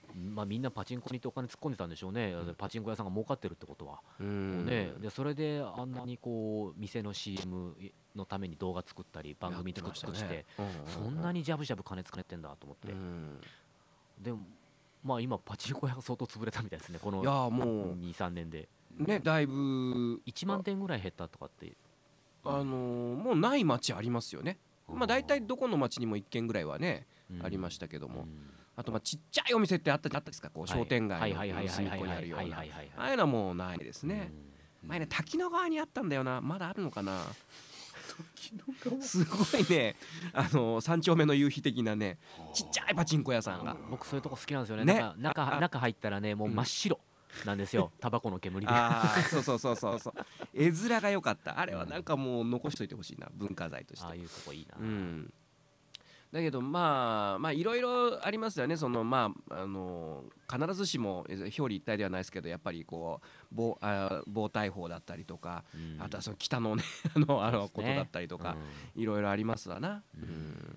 まあ、みんなパチンコに行ってお金突っ込んでたんでしょうね、うん、パチンコ屋さんが儲かってるってことは、 うんね、でそれであんなにこう店の シーエム のために動画作ったり番組作ってして、ねうんうんうん、そんなにジャブジャブ金使ってんだと思って、うん、でもまあ今パチンコ屋が相当潰れたみたいですね、このいやもうにさんねんでね、だいぶいちまんてんぐらい減ったとかって、 あのー、もうない町ありますよね。まあ大体どこの町にもいっけんぐらいはね、うん、ありましたけども、うんあとまあちっちゃいお店ってあったじゃないですか、こう商店街の隅っこにあるような、ああいうのはもうないですね。前ね滝野川にあったんだよな、まだあるのかな。すごいね、あの三丁目の夕日的なね、ちっちゃいパチンコ屋さんが。 僕そういうとこ好きなんですよね。ね中中入ったらね、もう真っ白なんですよ、タバコの煙で。 ああ、そうそうそうそうそう。絵面が良かった。あれはなんかもう残しといてほしいな、文化財として。 ああいうとこいいな。 うんだけどまあまあいろいろありますよね。そのまああの必ずしも表裏一体ではないですけど、やっぱりこう暴あ暴対法だったりとか、うん、あとはその北のねあのあのことだったりとか、いろいろありますわな。うん。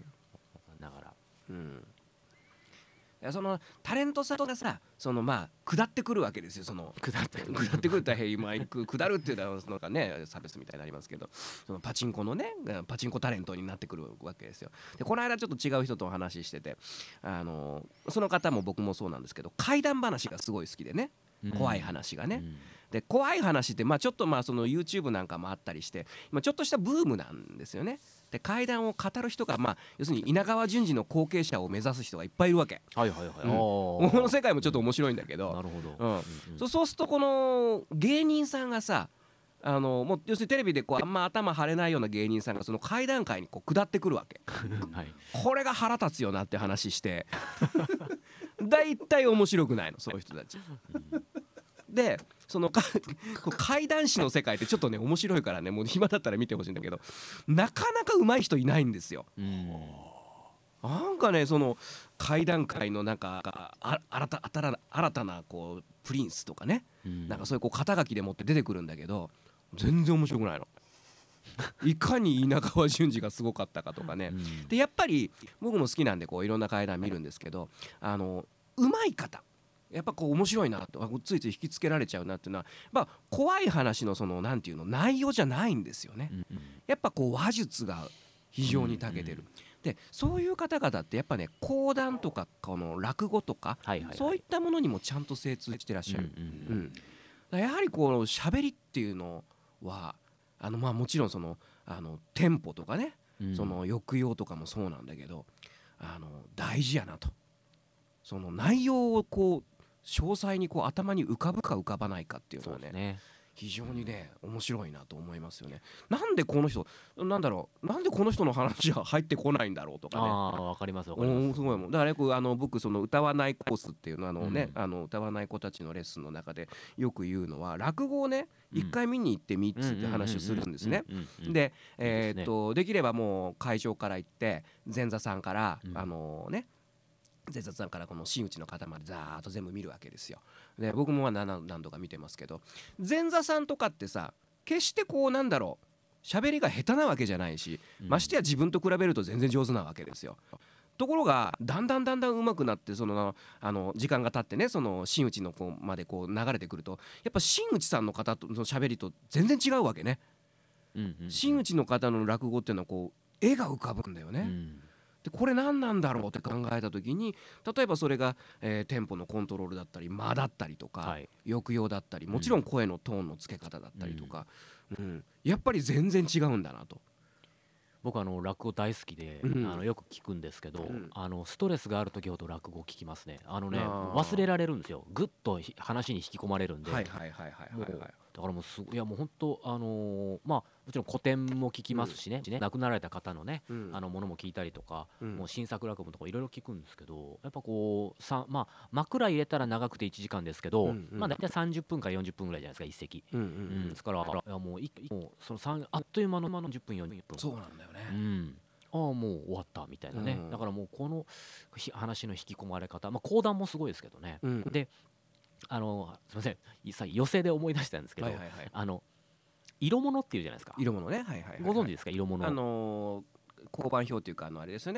だから。 うん。そのタレントさんがさ、そのまあ下ってくるわけですよ。その下ってくる下ってくると大変今下るっていうのはなんかね差別みたいになりますけど、そのパチンコのねパチンコタレントになってくるわけですよ。でこの間ちょっと違う人とお話ししてて、あのその方も僕もそうなんですけど、怪談話がすごい好きでね、怖い話がね。うんで怖い話ってまあちょっとまあその YouTube なんかもあったりして今ちょっとしたブームなんですよね。で怪談を語る人がまあ要するに稲川淳二の後継者を目指す人がいっぱいいるわけ。 はいはいはい。うん、 この世界もちょっと面白いんだけど。 なるほど。 うんうん、そうするとこの芸人さんがさ、あのもう要するにテレビでこうあんま頭張れないような芸人さんがその怪談界にこう下ってくるわけ。はい、これが腹立つよなって話してだいたい面白くないのそういう人たち。でその怪談師の世界ってちょっとね面白いからね、もう暇だったら見てほしいんだけど、なかなか上手い人いないんですよ。うんなんかねその怪談界のなんかあ新た新た新たなこうプリンスとかね、うん、なんかそういうこう肩書きでもって出てくるんだけど全然面白くないの。いかに稲川淳二がすごかったかとかね、うん、でやっぱり僕も好きなんでこういろんな怪談見るんですけど、あの上手い方やっぱこう面白いなとついつい引きつけられちゃうなっていうのは、まあ、怖い話のそのなんていうの内容じゃないんですよね、うんうん、やっぱこう話術が非常に長けてる、うんうん、でそういう方々ってやっぱね講談とかこの落語とか、はいはいはい、そういったものにもちゃんと精通してらっしゃる、うんうんうん、だやはりこう喋りっていうのはあのまあもちろんそのあのテンポとかね、うん、その抑揚とかもそうなんだけどあの大事やなと、その内容をこう詳細にこう頭に浮かぶか浮かばないかっていうのは ね, ね非常にね面白いなと思いますよね。なんでこの人なんだろうなんでこの人の話は入ってこないんだろうとかね。 ああわかりますわかります。 すごいもんだからよくあの僕その歌わないコースっていうのあのね、うん、あの歌わない子たちのレッスンの中でよく言うのは落語をね一回見に行ってみっつって話をするんですね。でえー、っとできればもう会場から行って前座さんから、うん、あのね前座さんからこの真打ちの方までざーっと全部見るわけですよ。で僕も何度か見てますけど前座さんとかってさ決してこうなんだろう喋りが下手なわけじゃないし、うん、ましてや自分と比べると全然上手なわけですよ。ところがだんだんだんだん上手くなってそのあの時間が経ってねその真打ちの子までこう流れてくるとやっぱ真打ちさんの方との喋りと全然違うわけね、うんうんうん、真打ちの方の落語っていうのはこう絵が浮かぶんだよね、うんでこれ何なんだろうって考えた時に例えばそれが、えー、テンポのコントロールだったり間だったりとか、はい、抑揚だったりもちろん声のトーンの付け方だったりとか、うんうん、やっぱり全然違うんだなと。 僕あの落語大好きで、うん、あのよく聞くんですけど、うん、あのストレスがある時ほど落語聞きますね。あのね忘れられるんですよ。ぐっと話に引き込まれるんで。はいはいはいはいはい、はい、だからもうすごいいやもう本当あのー、まあもちろん古典も聞きますしね、うん、亡くなられた方のね、うん、あのものも聞いたりとか、うん、もう新作落語とかいろいろ聞くんですけどやっぱこうさまあ枕入れたら長くていちじかんですけど、うんうん、まあ大体さんじゅっぷんからよんじゅっぷんぐらいじゃないですか一席、うんうんうん、ですからいやもういもうそのさんあっという間のじゅっぷんよんじゅっぷんそうなんだよね、 うんああもう終わったみたいなね、うん、だからもうこの話の引き込まれ方まあ講談もすごいですけどね、うん、であのすみませんさ寄席で思い出したんですけど、はいはいはい、あの色物っていうじゃないですか。 色物ね、はいはいはいはい、 ご存知ですか色物。 あのー、交番表っていうかあのあれですよね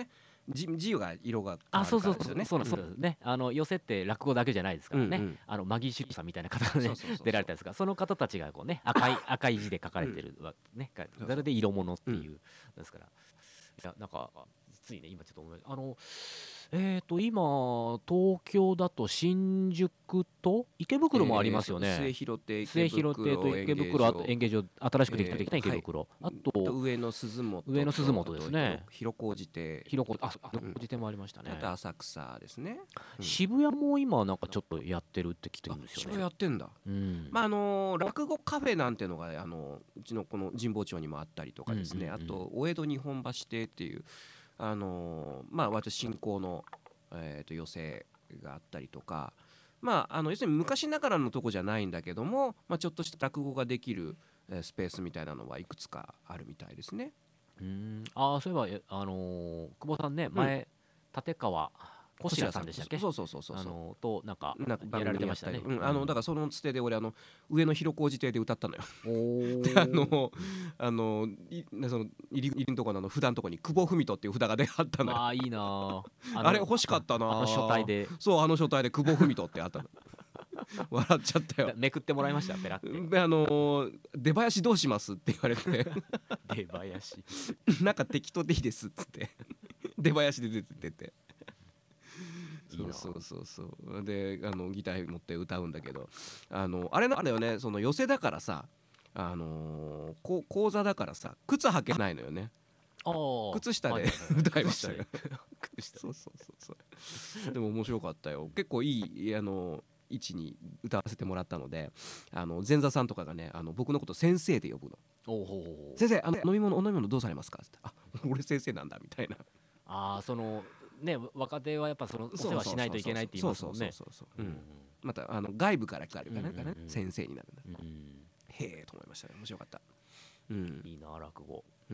字字が色が変あ、 わそうそうそうるからですよね。 そうそうですね。あの寄せって落語だけじゃないですからね。 うんうん、 あのマギー・シュリさんみたいな方がねそうそうそうそう出られたんですが、その方たちがこうね赤い赤い字で書かれてるわね。 そうそれで色物っていうですから。いやなんかついね今ちょっと思いあのえっと今東京だと新宿と池袋もありますよね。 えー末広亭、 末池広亭と池袋、あと演芸場新しくできたできた池袋、 えーはい、 あと上野鈴本と上野鈴本ですね。 広小路亭、 広小路あ広小路亭もありましたね。 あと浅草ですね。 うん、渋谷も今なんかちょっとやってるって聞いてるんですよね。 渋谷やってんだ。 うん、 まああの落語カフェなんていうのがあのうちのこの神保町にもあったりとかですね。うんうんうん、あとお江戸日本橋亭っていうあのまあ割と新興のえーと寄席があったりとか。まあ、あの要するに昔ながらのとこじゃないんだけども、まあ、ちょっとした落語ができる、えー、スペースみたいなのはいくつかあるみたいですね。 うん、ああそういえば、あのー、久保さんね前、うん、立川小白さんでしたっけ。 そうそうそうそうそう、 あのー、となんかやられてましたね。 うん、あのだからそのつてで俺あの上野広小路亭で歌ったのよ。 おであのあのいその入り入りのところのあの札のところに久保文人っていう札がであったのよ。 ああいいなあ。 あれ欲しかったな。 あの書体で。 そうあの書体で久保文人ってあったの。笑っちゃったよ。 めくってもらいましたペラって。 あのー、出囃子どうしますって言われて出囃子なんか適当でいいですっつって出囃子で出て出てそうそうそうそうであのギター持って歌うんだけどあのあれなんだよね、その寄席だからさ、あのー、こ講座だからさ靴履けないのよね。 あ靴下で歌いましたよ。そうそうそうそうでも面白かったよ。結構いいあの位置に歌わせてもらったので、あの前座さんとかがねあの僕のこと先生で呼ぶの。 おほ先生あの飲み物お飲み物どうされますかって。あ俺先生なんだみたいな。 ああそのね若手はやっぱそのお世話しないといけないって言いますもんね。またあの外部から聞かれるからね、うんうんうん、先生になるんだ、うん、へえと思いましたね。面白かった、 うん、いいな落語、 うん、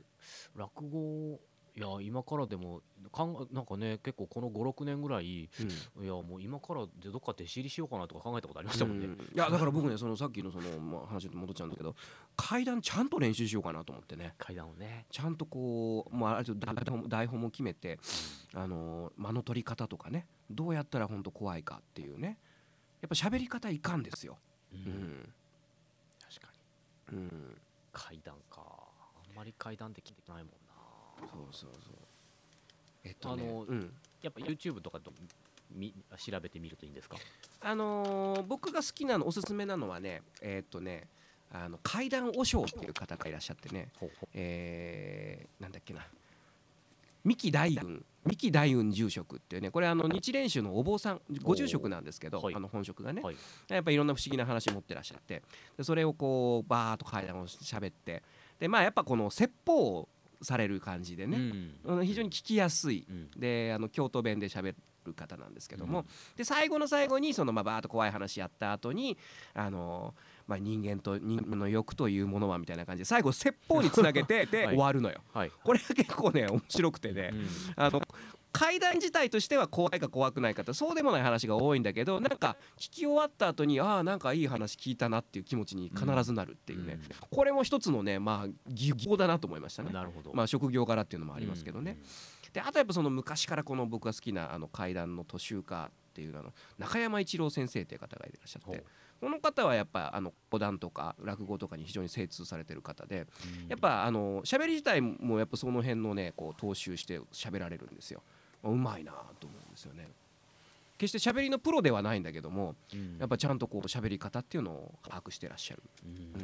落語いや今からでもかんなんかね結構このごろくねんぐらい、うん、いやもう今からでどっか弟子入りしようかなとか考えたことありましたもんね、うん、 いやだから僕ねそのさっきのその、まあ、話に戻っちゃうんだけど階段ちゃんと練習しようかなと思ってね。 階段をねちゃんとこう、まあ、ある台本台本も決めて、うん、あの間の取り方とかねどうやったら本当怖いかっていうねやっぱ喋り方いかんですよ、うんうん、 確かに、うん、階段かあんまり階段って聞いてないもんな。 そうそうそうえっとね、あのうん、やっぱ YouTube とかとみ調べてみるといいんですか。 あのー、僕が好きなのおすすめなのはねえー、っとねあの階段和尚っていう方がいらっしゃってねほうほう、えー、なんだっけな三木大雲三木大雲住職っていうねこれあの日蓮宗のお坊さんご住職なんですけど、はい、あの本職がね、はい、やっぱりいろんな不思議な話持ってらっしゃってでそれをこうバーッと階段を喋ってでまあやっぱこの説法をされる感じでね、うん、非常に聞きやすい、うん、であの京都弁で喋る方なんですけども、うん、で最後の最後にそのまあバーッと怖い話やった後にあのまあ人間と人間の欲というものはみたいな感じで最後説法につなげてで終わるのよ、はい、これが結構ね面白くてね、うん、あの階段自体としては怖いか怖くないかってそうでもない話が多いんだけどなんか聞き終わった後にああなんかいい話聞いたなっていう気持ちに必ずなるっていうね、うん、これも一つのねまあ技法だなと思いましたね。 なるほど。 まあ職業柄っていうのもありますけどね、うんうん、であとやっぱその昔からこの僕が好きなあの怪談の徒習家っていうあの中山一郎先生っていう方がいらっしゃってこの方はやっぱあの講談とか落語とかに非常に精通されてる方でやっぱあの喋り自体もやっぱその辺のねこう踏襲して喋られるんですよ。うまいなと思うんですよね。決して喋りのプロではないんだけども、うん、やっぱちゃんとこう喋り方っていうのを把握してらっしゃる、うんうん、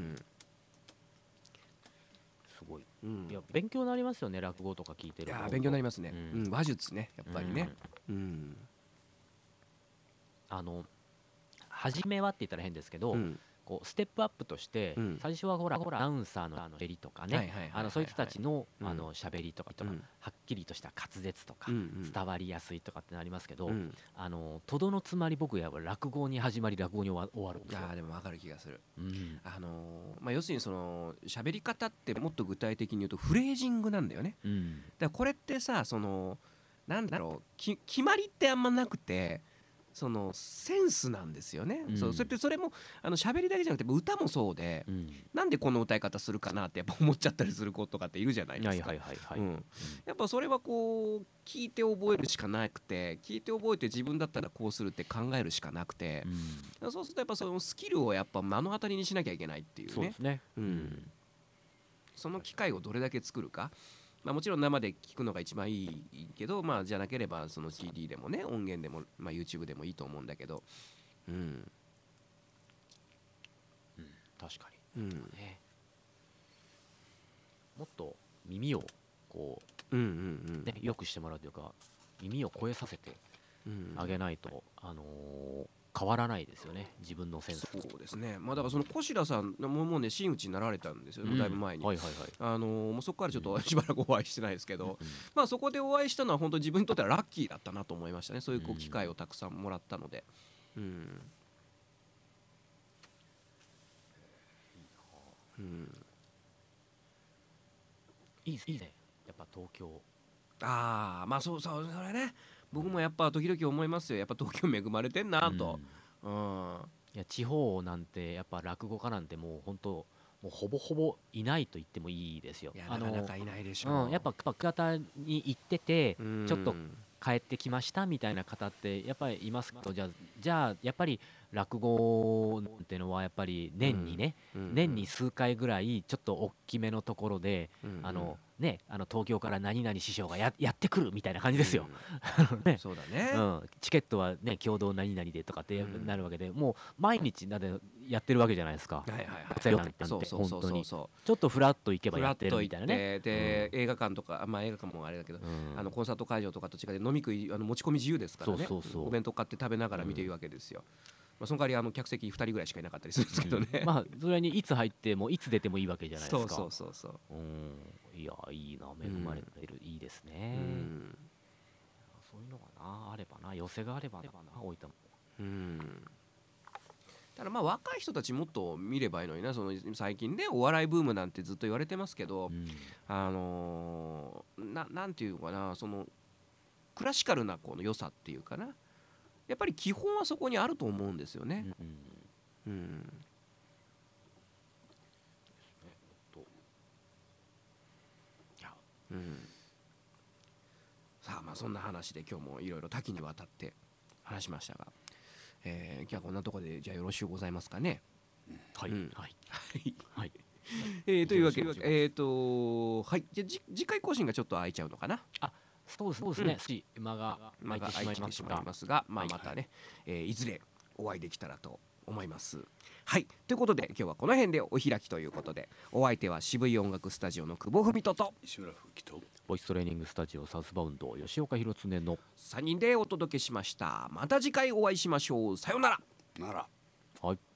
すごい、うん、いや勉強になりますよね落語とか聞いてると。 いや勉強になりますね、うんうん、話術ねやっぱりね、うんうん、 あの初めはって言ったら変ですけど、うんこうステップアップとして、うん、最初はほらほらアナウンサーのあの喋りとかねそういう人たちのあの喋りとか、うん、はっきりとした滑舌とか、うん、伝わりやすいとかってなりますけど、うん、あのとどのつまり僕や落語に始まり落語に終わ、終わるんですよ。 あでも分かる気がする、うんあのーまあ、要するにその喋り方ってもっと具体的に言うとフレージングなんだよね、うん、だからこれってさそのなんだろうき決まりってあんまなくてそのセンスなんですよね、 うん、 そうそれってそれもあの喋りだけじゃなくて歌もそうで、うん、なんでこの歌い方するかなってやっぱ思っちゃったりする子とかっているじゃないですか。やっぱそれはこう聞いて覚えるしかなくて、聞いて覚えて自分だったらこうするって考えるしかなくて、うん、そうするとやっぱそのスキルをやっぱ目の当たりにしなきゃいけないっていうね。 そうですね、 うん、その機会をどれだけ作るか、まあ、もちろん生で聞くのが一番いいけど、まあ、じゃなければその シーディー でもね、音源でも、まあ、YouTube でもいいと思うんだけど、うん、うん、 確かに、 うんね、もっと耳をこう、うんうんうんね、よくしてもらうというか、耳を超えさせてあげないと、うん、あのー変わらないですよね、自分のセンス。 そうですね、まあ、だからその小白さんももうね真打ちになられたんですよ、うん、だいぶ前に、 はいはいはい、 あのー、もうそこからちょっとしばらくお会いしてないですけど、うん、まあそこでお会いしたのは本当に自分にとってはラッキーだったなと思いましたね。そういうこう機会をたくさんもらったので、うんうん、 いいですね、やっぱ東京。 ああ、まあそうそう、それね、僕もやっぱ時々思いますよ。やっぱ東京恵まれてんなと、うん、 うん、いや地方なんてやっぱ落語家なんてもう本当もうほぼほぼいないと言ってもいいですよ。 いやなかなかいないでしょう、 うん、やっぱ博多に行っててちょっと帰ってきましたみたいな方ってやっぱりいますけど、じゃあじゃあやっぱり落語っていうのはやっぱり年にね、うん、年に数回ぐらいちょっと大きめのところで、うん、あのね、あの東京から何々師匠が や, やってくるみたいな感じですよ、 うんね、そうだね、 うん、チケットはね共同何々でとかってなるわけで、うん、もう毎日なんでやってるわけじゃないですか。 はいはいはい、そうそうそうそうそう、 ちょっとフラッと行けばやってるみたいなね。 で、うん、映画館とか、まあ映画館もあれだけど、うん、あのコンサート会場とかと違って飲み食いあの持ち込み自由ですからね。そうそうそう、お弁当買って食べながら見ているわけですよ、うん、まあ、その代わりあの客席ふたりぐらいしかいなかったりするんですけどね、うん、 まあそれにいつ入ってもいつ出てもいいわけじゃないですか。 そうそうそうそう、 うん、いやいいな、恵まれてる、うん、いいですね、うん、そういうのがなあればな、寄せがあればな、大分も、 うん、ただまあ若い人たちもっと見ればいいのにな。その最近ねお笑いブームなんてずっと言われてますけど、うん、あのー、な, なんていうのかな、そのクラシカルなこの良さっていうかな、やっぱり基本はそこにあると思うんですよね。うん、うん、うん、さあまあそんな話で今日もいろいろ多岐にわたって話しましたが、えー、今日はこんなところでじゃあよろしゅうございますかね。 はい、うん、はいはい、えー、というわけで、えーとはい、じゃあ次回更新がちょっと空いちゃうのかな。 あ、そうですね、うん、間が空いてしまいますが、 ますが、まあ、またね、はいはい、えー、いずれお会いできたらと思います。はい、ということで今日はこの辺でお開きということで、お相手は渋い音楽スタジオの久保文人と石村吹とボイストレーニングスタジオサウスバウンド吉岡弘恒のさんにんでお届けしました。また次回お会いしましょう。さようなら。 なら。 はい。